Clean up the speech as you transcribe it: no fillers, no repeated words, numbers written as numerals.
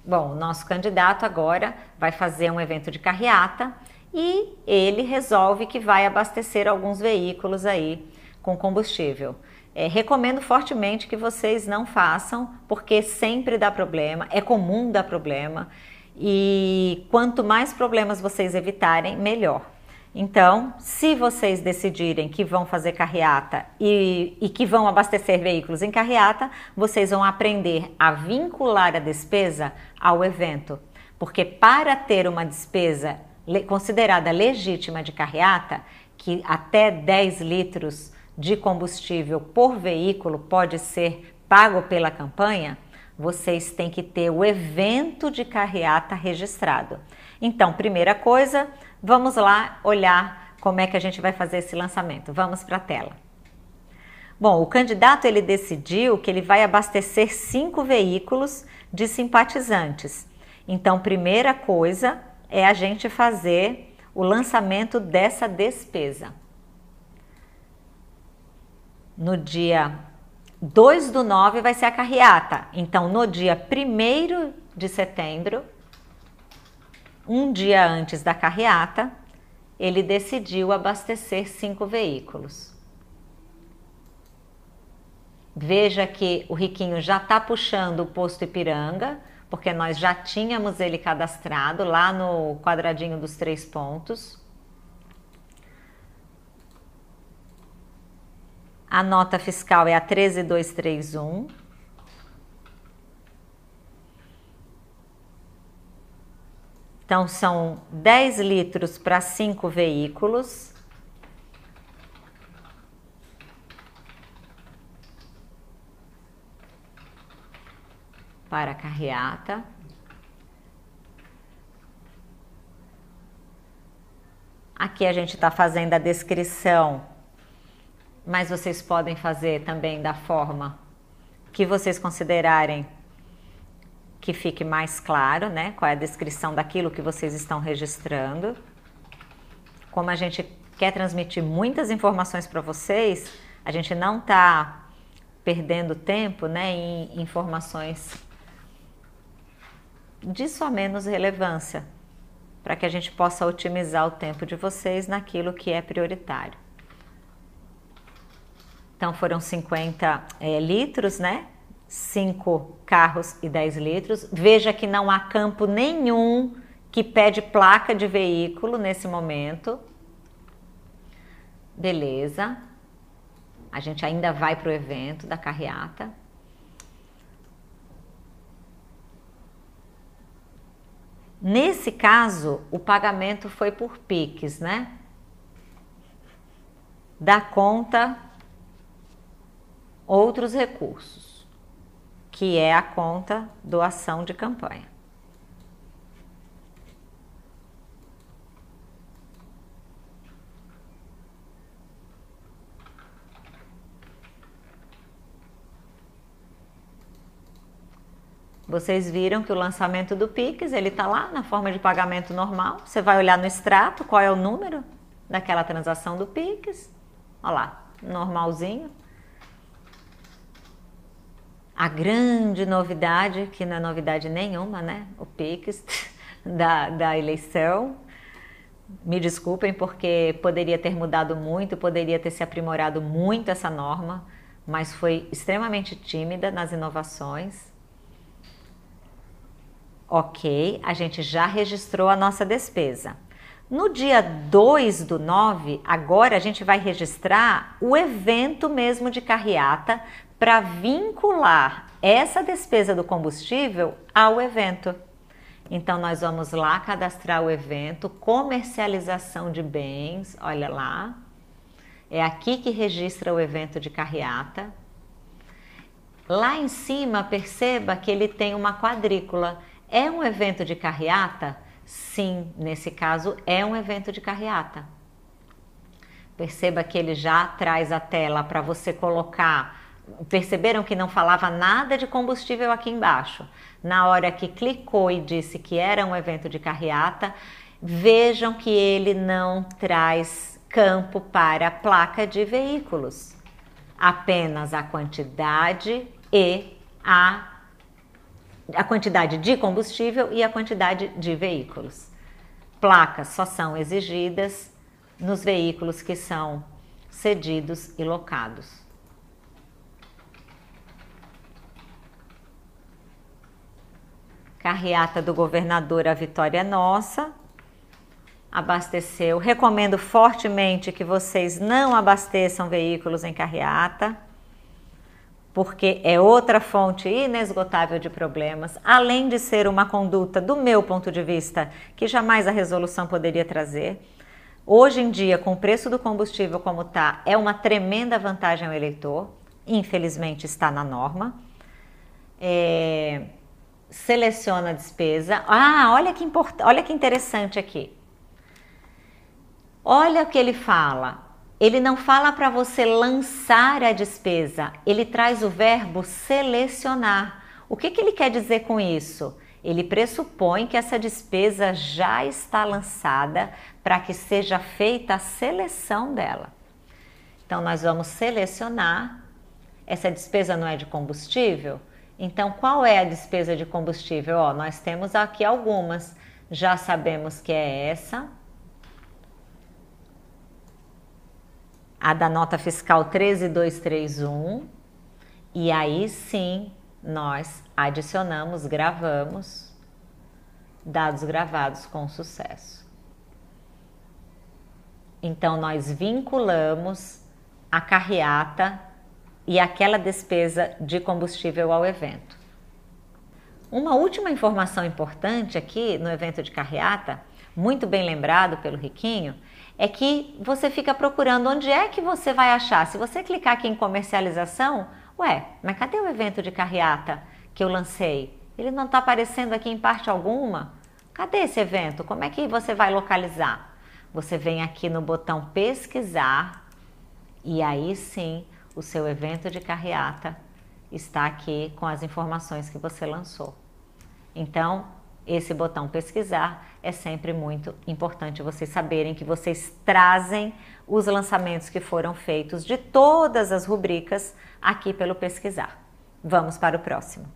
Bom, o nosso candidato agora vai fazer um evento de carreata e ele resolve que vai abastecer alguns veículos aí com combustível. Recomendo fortemente que vocês não façam, porque sempre dá problema, é comum dar problema e quanto mais problemas vocês evitarem, melhor. Então, se vocês decidirem que vão fazer carreata e que vão abastecer veículos em carreata, vocês vão aprender a vincular a despesa ao evento. Porque para ter uma despesa considerada legítima de carreata, que até 10 litros de combustível por veículo pode ser pago pela campanha, vocês têm que ter o evento de carreata registrado. Então, primeira coisa, vamos lá olhar como é que a gente vai fazer esse lançamento. Vamos para a tela. Bom, o candidato ele decidiu que ele vai abastecer 5 veículos de simpatizantes. Então, primeira coisa é a gente fazer o lançamento dessa despesa. No dia 2/9 vai ser a carreata. Então, no dia 1º de setembro, um dia antes da carreata, ele decidiu abastecer 5 veículos. Veja que o Riquinho já está puxando o posto Ipiranga, porque nós já tínhamos ele cadastrado lá no quadradinho dos 3 pontos. A nota fiscal é a 13231. Então, são 10 litros para 5 veículos. Para a carreata. Aqui a gente está fazendo a descrição, mas vocês podem fazer também da forma que vocês considerarem que fique mais claro, né? Qual é a descrição daquilo que vocês estão registrando. Como a gente quer transmitir muitas informações para vocês, a gente não está perdendo tempo, né, em informações de só menos relevância, para que a gente possa otimizar o tempo de vocês naquilo que é prioritário. Então foram 50 litros, né? 5 carros e 10 litros. Veja que não há campo nenhum que pede placa de veículo nesse momento. Beleza. A gente ainda vai para o evento da carreata. Nesse caso, o pagamento foi por Pix, né? Da conta Outros Recursos, que é a conta doação de campanha. Vocês viram que o lançamento do Pix, ele está lá na forma de pagamento normal. Você vai olhar no extrato qual é o número daquela transação do Pix. Olha lá, normalzinho. A grande novidade, que não é novidade nenhuma, né? O Pix da eleição. Me desculpem porque poderia ter mudado muito, poderia ter se aprimorado muito essa norma, mas foi extremamente tímida nas inovações. Ok, a gente já registrou a nossa despesa. No dia 2/9, agora a gente vai registrar o evento mesmo de carreata para vincular essa despesa do combustível ao evento. Então, nós vamos lá cadastrar o evento, comercialização de bens, olha lá. É aqui que registra o evento de carreata. Lá em cima, perceba que ele tem uma quadrícula. É um evento de carreata? Sim, nesse caso é um evento de carreata. Perceba que ele já traz a tela para você colocar. Perceberam que não falava nada de combustível aqui embaixo? Na hora que clicou e disse que era um evento de carreata, vejam que ele não traz campo para a placa de veículos. Apenas a quantidade e a a quantidade de combustível e a quantidade de veículos. Placas só são exigidas nos veículos que são cedidos e locados. Carreata do governador A Vitória é Nossa. Abasteceu. Recomendo fortemente que vocês não abasteçam veículos em carreata, porque é outra fonte inesgotável de problemas, além de ser uma conduta, do meu ponto de vista, que jamais a resolução poderia trazer. Hoje em dia, com o preço do combustível como está, é uma tremenda vantagem ao eleitor, infelizmente está na norma. Seleciona a despesa. Olha que interessante aqui. Olha o que ele fala. Ele não fala para você lançar a despesa, ele traz o verbo selecionar. O que ele quer dizer com isso? Ele pressupõe que essa despesa já está lançada para que seja feita a seleção dela. Então, nós vamos selecionar. Essa despesa não é de combustível? Então, qual é a despesa de combustível? Nós temos aqui algumas. Já sabemos que é essa. A da nota fiscal 13231, e aí sim nós adicionamos, gravamos, dados gravados com sucesso. Então nós vinculamos a carreata e aquela despesa de combustível ao evento. Uma última informação importante aqui no evento de carreata, muito bem lembrado pelo Riquinho, é que você fica procurando onde é que você vai achar. Se você clicar aqui em comercialização, mas cadê o evento de carreata que eu lancei? Ele não está aparecendo aqui em parte alguma? Cadê esse evento? Como é que você vai localizar? Você vem aqui no botão pesquisar e aí sim o seu evento de carreata está aqui com as informações que você lançou. Então, esse botão pesquisar é sempre muito importante vocês saberem que vocês trazem os lançamentos que foram feitos de todas as rubricas aqui pelo pesquisar. Vamos para o próximo.